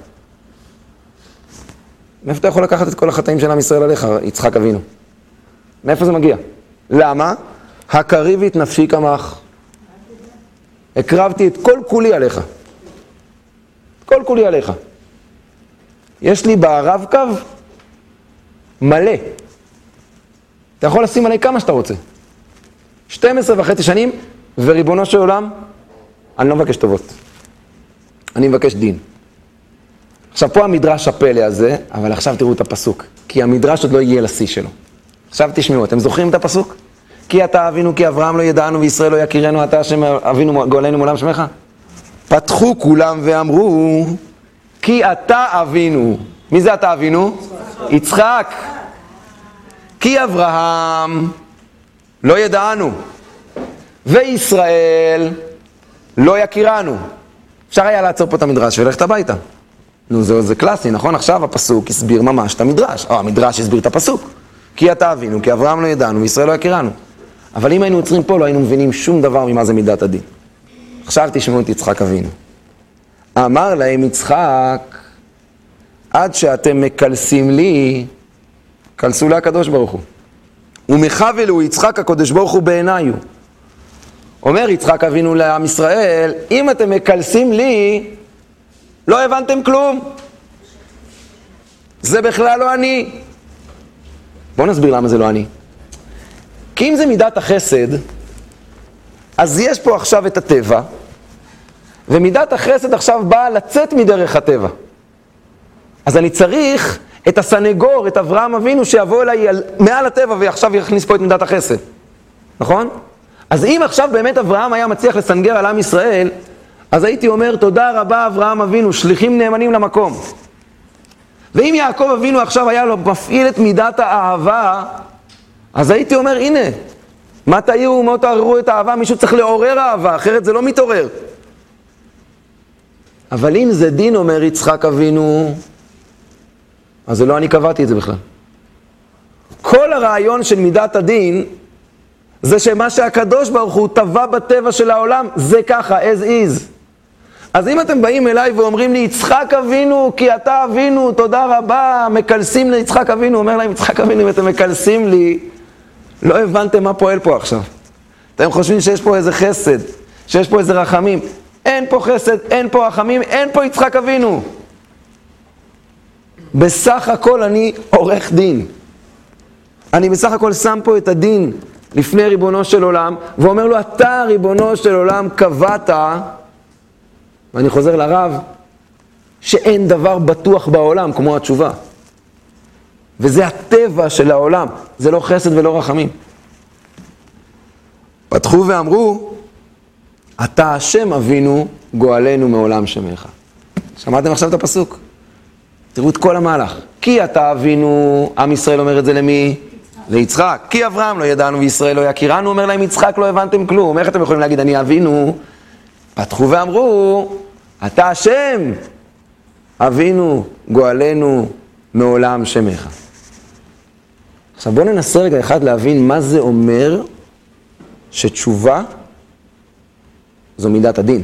מאיפה אתה יכול לקחת את כל החטאים של עם ישראל עליך, יצחק אבינו? מאיפה זה מגיע? למה? הקריב את נפשי כמך. הקרבתי את כל כולי עליך. כל כולי עליך. יש לי ברב קו מלא. אתה יכול לשים עליי כמה שאתה רוצה. שתים עשרה וחצי שנים, וריבונו של עולם, אני לא מבקש טובות. אני מבקש דין. עכשיו פה המדרש הפלא הזה, אבל עכשיו תראו את הפסוק. כי המדרש עוד לא הגיע לשיא שלו. עכשיו תשמעו, אתם זוכרים את הפסוק? כי אתה אבינו, כי אברהם לא ידענו וישראל לא יכירנו, אתה השם אבינו גואלנו מעולם שמך. פתחו כולם ואמרו, כי אתה אבינו. מי זה אתה אבינו? יצחק. כי אברהם לא ידענו וישראל לא יכירנו. אפשר היה לעצור פה את המדרש וללכת הביתה. נו, זה, זה קלאסי, נכון? עכשיו הפסוק הסביר ממש את המדרש. או, המדרש הסביר את הפסוק. כי אתה אבינו, כי אברהם לא ידענו וישראל לא יכירנו. אבל אם היינו עוצרים פה, לא היינו מבינים שום דבר ממה זה מידת הדין. עכשיו תשמעו את יצחק אבינו. אמר להם יצחק, עד שאתם מקלסים לי, קלסו להקדוש ברוך הוא. ומחבלו יצחק הקדוש ברוך הוא בעיניו. אומר יצחק אבינו לעם ישראל, אם אתם מקלסים לי, לא הבנתם כלום. זה בכלל לא אני. בואו נסביר למה זה לא אני. כי אם זה מידת החסד, אז יש פה עכשיו את הטבע, ומידת החסד עכשיו באה לצאת מדרך הטבע. אז אני צריך את הסנגור, את אברהם אבינו, שיבוא אליי מעל הטבע ועכשיו יכניס פה את מידת החסד. נכון? אז אם עכשיו באמת אברהם היה מצליח לסנגר על עם ישראל, אז הייתי אומר, תודה רבה אברהם אבינו, שליחים נאמנים למקום. ואם יעקב אבינו עכשיו היה לו מפעיל את מידת האהבה, אז הייתי אומר, הנה, מה תהיו, מה תעררו את האהבה? מישהו צריך לעורר אהבה, אחרת זה לא מתעורר. אבל אם זה דין, אומר יצחק אבינו, אז זה לא אני קבעתי את זה בכלל. כל הרעיון של מידת הדין, זה שמה שהקדוש ברוך הוא טבע בטבע של העולם, זה ככה, as is. אז אם אתם באים אליי ואומרים לי, יצחק אבינו, כי אתה אבינו, תודה רבה, מקלסים ליצחק אבינו, אומר להם, יצחק אבינו, אם אתם מקלסים לי, לא הבנתם מה פועל פה עכשיו. אתם חושבים שיש פה איזה חסד, שיש פה איזה רחמים. אין פה חסד, אין פה רחמים, אין פה יצחק אבינו. בסך הכל אני עורך דין. אני בסך הכל שם פה את הדין לפני ריבונו של עולם, ואומר לו, אתה ריבונו של עולם קבעת, ואני חוזר לרב, שאין דבר בטוח בעולם כמו התשובה. וזה הטבע של העולם, זה לא חסד ולא רחמים. פתחו ואמרו, אתה השם אבינו גואלנו מעולם שמך. שמעתם עכשיו את הפסוק? תראו את כל המהלך. כי אתה אבינו, עם ישראל אומר את זה למי? ליצחק. כי אברהם לא ידענו וישראל לא יכירנו, אומר להם יצחק לא הבנתם כלום. איך אתם יכולים להגיד אני אבינו? פתחו ואמרו, אתה השם אבינו גואלנו מעולם שמך. עכשיו בואו ננסה רגע אחד להבין מה זה אומר שתשובה זו מידת הדין.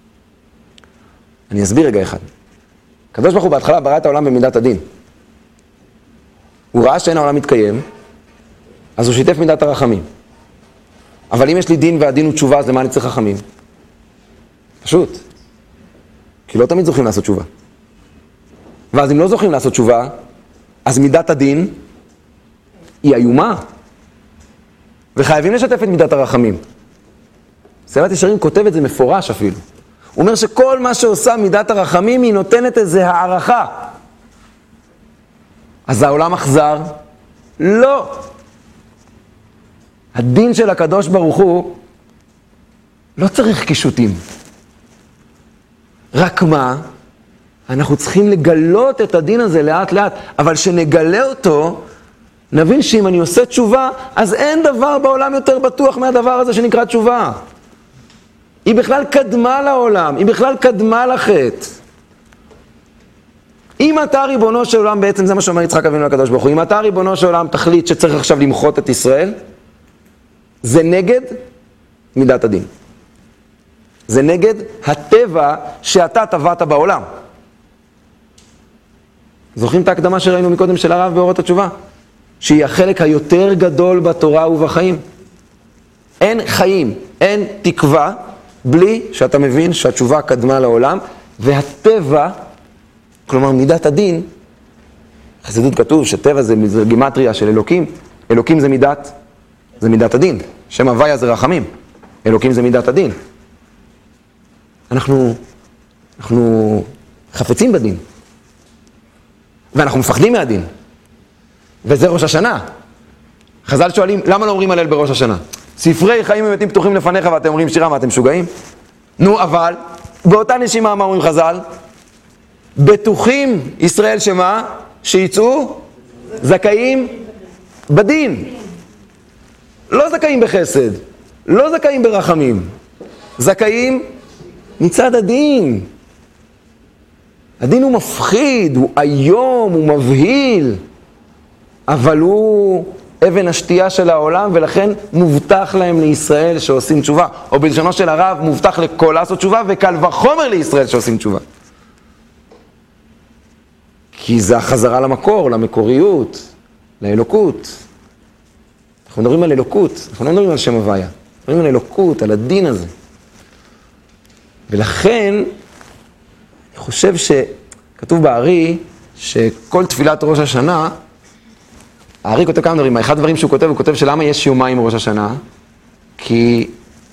אני אסביר רגע אחד. הקדוש ברוך הוא בהתחלה ברא את העולם במידת הדין. הוא ראה שאין העולם מתקיים, אז הוא שיתף מידת הרחמים. אבל אם יש לי דין והדין הוא תשובה, אז למה אני צריך רחמים? פשוט. כי לא תמיד זוכים לעשות תשובה. ואז אם לא זוכים לעשות תשובה, אז מידת הדין היא איומה. וחייבים לשתף את מידת הרחמים. סלט ישרים כותב את זה מפורש אפילו. הוא אומר שכל מה שעושה מידת הרחמים היא נותנת איזו הערכה. אז העולם אכזר? לא. הדין של הקדוש ברוך הוא לא צריך קישוטים. רק מה? אנחנו צריכים לגלות את הדין הזה לאט לאט, אבל שנגלה אותו, נבין שאם אני עושה תשובה, אז אין דבר בעולם יותר בטוח מהדבר הזה שנקרא תשובה. היא בכלל קדמה לעולם, היא בכלל קדמה לחטא. אם אתה ריבונו של עולם, בעצם זה מה שאומר יצחק אבינו לקדוש ברוך הוא, אם אתה ריבונו של עולם תחליט שצריך עכשיו למחות את ישראל, זה נגד מידת הדין. זה נגד הטבע שאתה טבעת בעולם. זוכרים את ההקדמה שראינו מקודם של הרב באורות התשובה? שהיא החלק היותר גדול בתורה ובחיים. אין חיים, אין תקווה, בלי שאתה מבין שהתשובה קדמה לעולם, והטבע, כלומר מידת הדין, חסידות כתוב שטבע זה גימטריה של אלוקים, אלוקים זה מידת, זה מידת הדין, שם הוויה זה רחמים, אלוקים זה מידת הדין. אנחנו אנחנו חפצים בדין. ואנחנו מפחדים מהדין. וזה ראש השנה. חז"ל שואלים, למה לא אומרים הלל בראש השנה? ספרי חיים ומתים פתוחים לפניך ואתם אומרים שירה, מה אתם משוגעים? נו, אבל, באותה נשימה מה אומרים חז"ל? בטוחים ישראל שמה? שיצאו זכאים בדין. לא זכאים בחסד, לא זכאים ברחמים. זכאים מצד הדין. הדין הוא מפחיד, הוא איום, הוא מבהיל, אבל הוא אבן השתייה של העולם, ולכן מובטח להם לישראל שעושים תשובה. או בלשונו של הרב, מובטח לכל לעשות תשובה, וקל וחומר לישראל שעושים תשובה. כי זה החזרה למקור, למקוריות, לאלוקות. אנחנו מדברים על אלוקות, אנחנו לא מדברים על שם הוויה. אנחנו מדברים על אלוקות, על הדין הזה. ולכן, אני חושב שכתוב בארי, שכל תפילת ראש השנה, הארי כותב כמה דברים, אחד הדברים שהוא כותב, הוא כותב שלמה יש יומיים ראש השנה, כי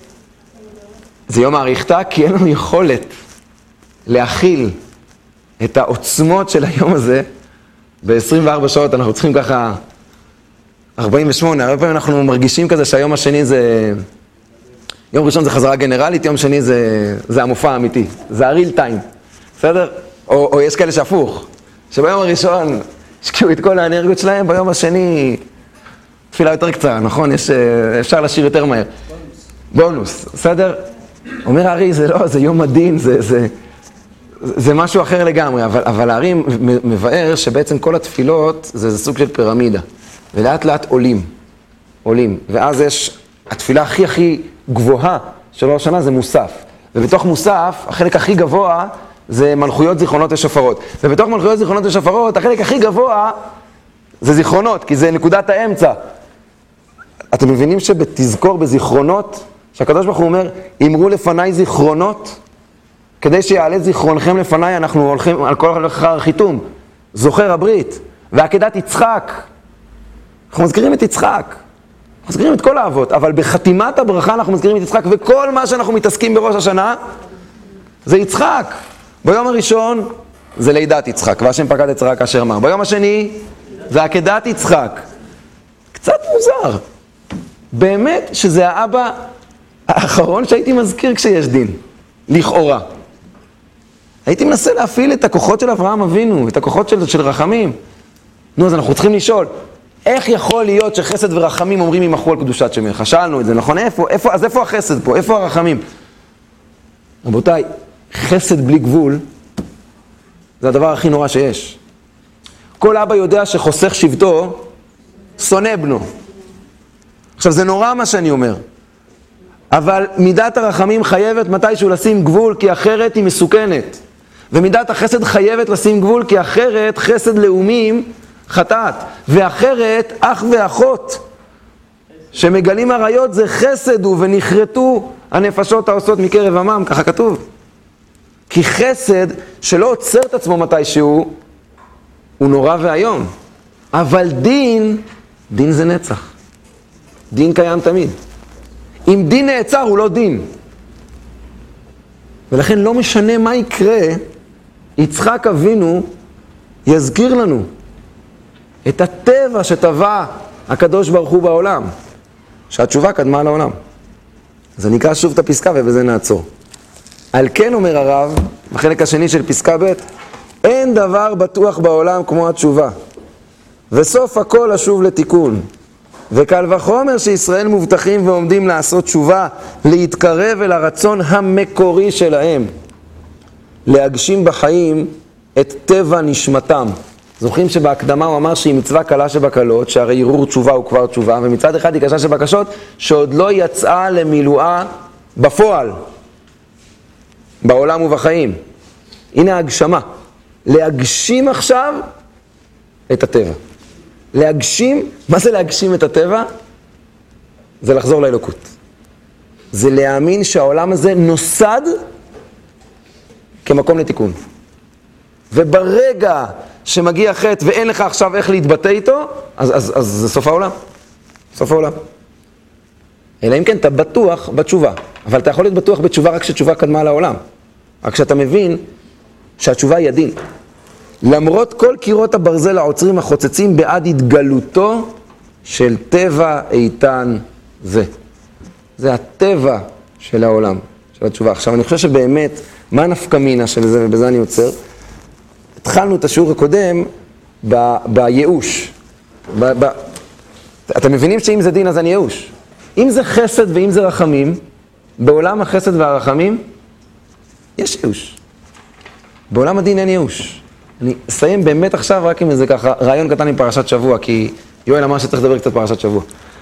זה יום האריכתה, כי אין לנו יכולת להכיל את העוצמות של היום הזה ב-עשרים וארבע שעות, אנחנו צריכים ככה ארבעים ושמונה, הרבה פעמים אנחנו מרגישים כזה שהיום השני זה, יום ראשון זה חזרה גנרלית, יום שני זה, זה המופע האמיתי, זה הריל טיים, בסדר? או, או יש כאלה שהפוך, שביום הראשון השקיעו את כל האנרגיות שלהם, ביום השני תפילה יותר קצרה, נכון? יש, אפשר לשיר יותר מהר. בונוס. בונוס, בסדר? אומר הארי, זה לא, זה יום הדין, זה, זה, זה משהו אחר לגמרי, אבל, אבל הארי מבאר שבעצם כל התפילות זה, זה סוג של פירמידה, ולאט לאט עולים, עולים, ואז יש, התפילה הכי הכי גבוהה של ראש השנה זה מוסף, ובתוך מוסף, החלק הכי גבוה זה מלכויות, זיכרונות ושופרות, ובתוך מלכויות, זיכרונות ושופרות, החלק הכי גבוה זה זיכרונות, כי זה נקודת האמצע. אתם מבינים שבתזכור בזיכרונות, שהקדוש ברוך הוא אומר, אמרו לפניי זיכרונות, כדי שיעלה זיכרונכם לפניי, אנחנו הולכים על כל אחר חיתום, זוכר הברית, ועקדת יצחק, אנחנו מזכירים את יצחק, אנחנו מזכירים את כל האבות, אבל בחתימת הברכה אנחנו מזכירים את יצחק, וכל מה שאנחנו מתעסקים בראש השנה, זה יצחק. ביום הראשון זה לידת יצחק, והשם פקד את שרה כאשר אמר. ביום השני זה עקדת יצחק. קצת מוזר. באמת שזה האבא האחרון שהייתי מזכיר כשיש דין, לכאורה. הייתי מנסה להפעיל את הכוחות של אברהם אבינו, את הכוחות של, של רחמים. נו, אז אנחנו צריכים לשאול, איך יכול להיות שחסד ורחמים אומרים ימחו על קדושת שמך? שאלנו את זה, נכון? איפה, איפה, אז איפה החסד פה? איפה הרחמים? רבותיי, חסד בלי גבול זה הדבר הכי נורא שיש. כל אבא יודע שחוסך שבטו שונא בנו. עכשיו זה נורא מה שאני אומר, אבל מידת הרחמים חייבת מתישהו לשים גבול, כי אחרת היא מסוכנת. ומידת החסד חייבת לשים גבול, כי אחרת חסד לאומים חטאת, ואחרת אח ואחות שמגלים עריות זה חסד הוא, ונחרטו הנפשות העושות מקרב עמם, ככה כתוב. כי חסד שלא עוצר את עצמו מתישהו, הוא נורא והיום. אבל דין, דין זה נצח. דין קיים תמיד. אם דין נעצר הוא לא דין. ולכן לא משנה מה יקרה, יצחק אבינו יזכיר לנו את הטבע שטבע הקדוש ברוך הוא בעולם, שהתשובה קדמה לעולם. אז אני אקרא שוב את הפסקה ובזה נעצור. על כן אומר הרב, בחלק השני של פסקה ב', אין דבר בטוח בעולם כמו התשובה, וסוף הכל לשוב לתיקון. וקל וחומר שישראל מובטחים ועומדים לעשות תשובה, להתקרב אל הרצון המקורי שלהם, להגשים בחיים את טבע נשמתם. זוכרים שבהקדמה הוא אמר שהיא מצווה קלה שבקלות, שהרי ערעור תשובה הוא כבר תשובה, ומצד אחד היא קשה שבקשות שעוד לא יצאה למילואה בפועל, בעולם ובחיים. הנה ההגשמה, להגשים עכשיו את הטבע. להגשים, מה זה להגשים את הטבע? זה לחזור לאלוקות. זה להאמין שהעולם הזה נוסד כמקום לתיקון. וברגע שמגיע חטא ואין לך עכשיו איך להתבטא איתו, אז, אז, אז זה סוף העולם. סוף העולם. אלא אם כן אתה בטוח בתשובה. אבל אתה יכול להיות בטוח בתשובה רק כשתשובה קדמה לעולם. רק כשאתה מבין שהתשובה היא הדין. למרות כל קירות הברזל העוצרים החוצצים בעד התגלותו של טבע איתן זה. זה הטבע של העולם, של התשובה. עכשיו, אני חושב שבאמת, מה נפקא מינה של זה, ובזה אני עוצר? התחלנו את השיעור הקודם ב- בייאוש. ב- ב- אתם מבינים שאם זה דין אז אני ייאוש. אם זה חסד ואם זה רחמים, בעולם החסד והרחמים, יש ייאוש. בעולם הדין אין ייאוש. אני אסיים באמת עכשיו רק עם איזה ככה, רעיון קטן עם פרשת שבוע, כי יואל אמר שצריך לדבר קצת פרשת שבוע.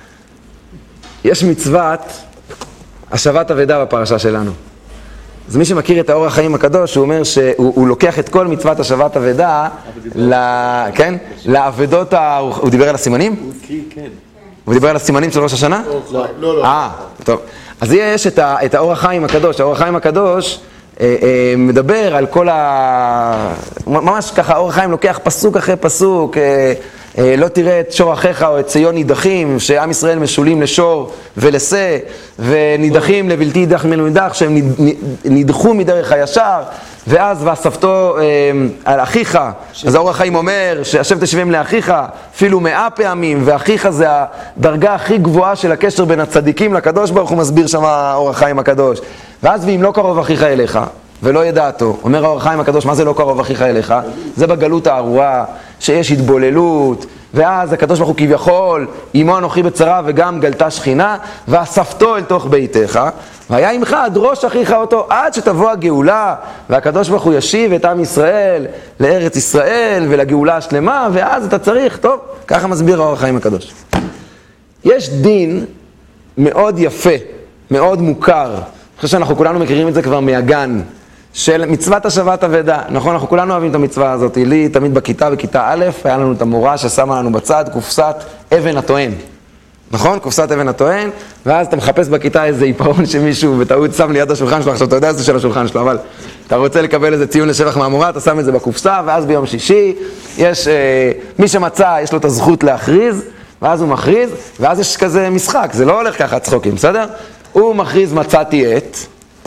יש מצוות השבת אבדה בפרשה שלנו. אז מי שמכיר את האור החיים הקדוש, הוא אומר שהוא הוא לוקח את כל מצוות השבת אבדה, ל... כן? לאבדות ה... הוא דיבר על הסימנים? כן. הוא דיבר על הסימנים של ראש השנה? לא, לא, לא. אה, טוב. אז יש את, ה... את האור החיים הקדוש. האור החיים הקדוש אה, אה, מדבר על כל ה... ממש ככה, האור החיים לוקח פסוק אחרי פסוק, אה, אה, לא תראה את שור אחיך או את ציון נידחים, שעם ישראל משולים לשור ולשה, ונידחים לבלתי יידח ממנו נידח, שהם נדחו מדרך הישר, ואז ואספתו אה, על אחיך, אז האור החיים אומר, שהשב תשבם לאחיך, אפילו מאה פעמים, ואחיך זה הדרגה הכי גבוהה של הקשר בין הצדיקים לקדוש ברוך הוא, מסביר שם האור החיים הקדוש. ואז ואם לא קרוב אחיך אליך, ולא ידעתו, אומר האור החיים הקדוש, מה זה לא קרוב אחיך אליך? זה בגלות הארורה, שיש התבוללות, ואז הקדוש ברוך הוא כביכול, אמו אנוכי בצרה וגם גלתה שכינה, ואספתו אל תוך ביתך, והיה עמך עד ראש אחיך אותו, עד שתבוא הגאולה, והקדוש ברוך הוא ישיב את עם ישראל לארץ ישראל ולגאולה השלמה, ואז אתה צריך, טוב, ככה מסביר האור החיים הקדוש. יש דין מאוד יפה, מאוד מוכר, אני חושב שאנחנו כולנו מכירים את זה כבר מהגן, של מצוות השבת אבדה. נכון, אנחנו כולנו אוהבים את המצווה הזאת. לי תמיד בכיתה, בכיתה א', היה לנו את המורה ששמה לנו בצד קופסת אבן הטוען. נכון? קופסת אבן הטוען, ואז אתה מחפש בכיתה איזה עיפרון שמישהו בטעות שם ליד השולחן שלו, עכשיו אתה יודע שזה של השולחן שלו, אבל אתה רוצה לקבל איזה ציון לשבח מהמורה, אתה שם את זה בקופסה, ואז ביום שישי יש, אה, מי שמצא, יש לו את הזכות להכריז, ואז הוא מכריז, ואז יש כזה משחק, זה לא הולך ככה צחוקים, בסדר? הוא מכריז מצאתי את,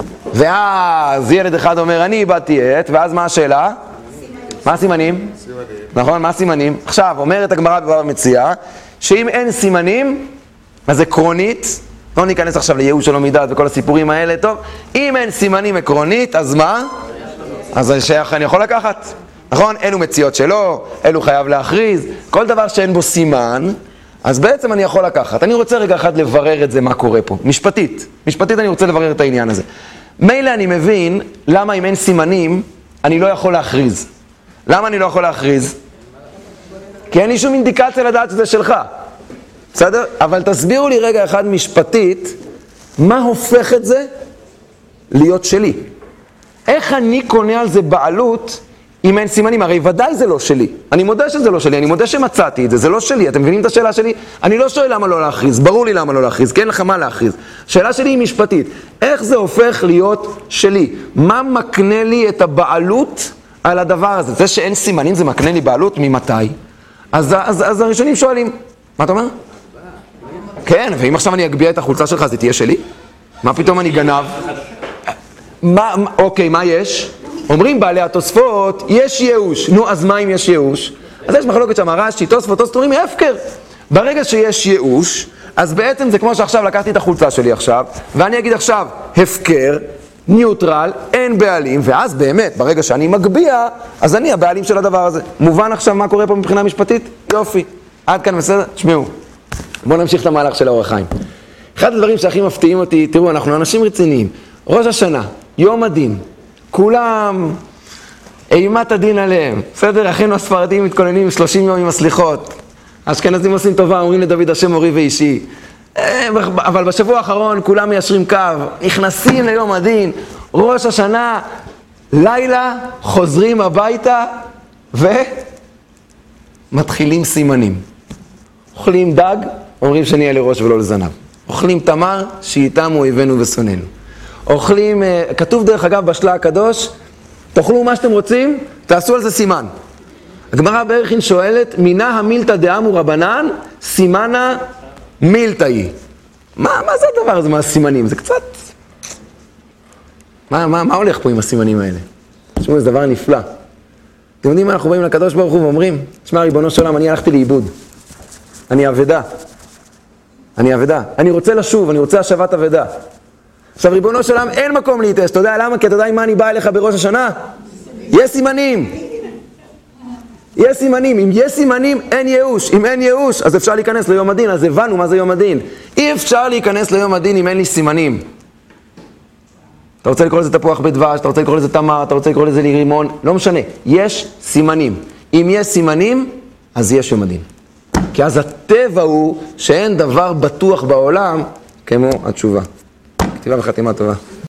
ואז ילד אחד אומר אני איבדתי את, ואז מה השאלה? מה הסימנים? סימנים. נכון, מה הסימנים? עכשיו, אומרת הגמרא בבבא מציעא, שאם אין סימנים, אז עקרונית, לא ניכנס עכשיו לייאוש שלא מדעת וכל הסיפורים האלה, טוב, אם אין סימנים עקרונית, אז מה? אז שייך, אני יכול לקחת, נכון? אלו מציאות שלו, אלו חייב להכריז, כל דבר שאין בו סימן, אז בעצם אני יכול לקחת. אני רוצה רגע אחד לברר את זה, מה קורה פה. משפטית. משפטית אני רוצה לברר את העניין הזה. מילא אני מבין למה אם אין סימנים, אני לא יכול להכריז. למה אני לא יכול להכריז? כי אין לי שום אינדיקציה לדעת שזה שלך. בסדר? אבל תסבירו לי רגע אחד משפטית, מה הופך את זה להיות שלי? איך אני קונה על זה בעלות אם אין סימנים? הרי ודאי זה לא שלי. אני מודה שזה לא שלי, אני מודה שמצאתי את זה, זה לא שלי. אתם מבינים את השאלה שלי? אני לא שואל למה לא להכריז, ברור לי למה לא להכריז, כי אין לך מה להכריז. השאלה שלי היא משפטית. איך זה הופך להיות שלי? מה מקנה לי את הבעלות על הדבר הזה? זה שאין סימנים זה מקנה לי בעלות? ממתי? אז, אז, אז הראשונים שואלים, מה אתה אומר? כן, ואם עכשיו אני אגביע את החולצה שלך, זה תהיה שלי? מה פתאום אני גנב? מה, אוקיי, מה יש? אומרים בעלי התוספות, יש ייאוש. נו, אז מה אם יש ייאוש? אז יש מחלוקת שם, רש"י, תוספות, תוספות אומרים, הפקר. ברגע שיש ייאוש, אז בעצם זה כמו שעכשיו לקחתי את החולצה שלי עכשיו, ואני אגיד עכשיו, הפקר, ניוטרל, אין בעלים, ואז באמת, ברגע שאני מגביע, אז אני הבעלים של הדבר הזה. מובן עכשיו מה קורה פה מבחינה משפטית? יופי. עד כאן בסדר? תשמעו. בואו נמשיך את המהלך של האור החיים. אחד הדברים שהכי מפתיעים אותי, תראו, אנחנו אנשים רציניים. ראש השנה, יום הדין, כולם אימת הדין עליהם. בסדר? אחינו הספרדים מתכוננים שלושים יום עם הסליחות. האשכנזים עושים טובה, אומרים לדוד השם מורי ואישי. אבל בשבוע האחרון כולם מיישרים קו, נכנסים ליום הדין, ראש השנה, לילה, חוזרים הביתה ומתחילים סימנים. אוכלים דג, אומרים שנהיה לראש ולא לזנב. אוכלים תמר, שאיתם אויבינו ושונאינו. אוכלים, כתוב דרך אגב בשלה הקדוש, תאכלו מה שאתם רוצים, תעשו על זה סימן. הגמרא בערכין שואלת, מינה המילתא דאמרו רבנן, סימנה מילתא היא. מה, מה זה הדבר הזה, מה הסימנים? זה קצת... מה, מה, מה הולך פה עם הסימנים האלה? תשמעו, זה דבר נפלא. אתם יודעים מה אנחנו באים לקדוש ברוך הוא ואומרים? תשמע, ריבונו של עולם, אני הלכתי לאיבוד. אני אבדה. אני אבדה. אני רוצה לשוב, אני רוצה השבת אבדה. עכשיו, ריבונו של עולם, אין מקום להתאס. אתה יודע למה? כי אתה יודע עם מה אני בא אליך בראש השנה? יש סימנים. יש סימנים. אם יש סימנים, אין ייאוש. אם אין ייאוש, אז אפשר להיכנס ליום הדין. אז הבנו מה זה יום הדין. אי אפשר להיכנס ליום הדין אם אין לי סימנים. אתה רוצה לקרוא לזה תפוח בדבש, אתה רוצה לקרוא לזה תמר, אתה רוצה לקרוא לזה לימון, לא משנה. יש סימנים. אם יש סימנים, אז יש יום הדין. כי אז הטבע הוא שאין דבר בטוח בעולם כמו התשובה. כתיבה וחתימה טובה.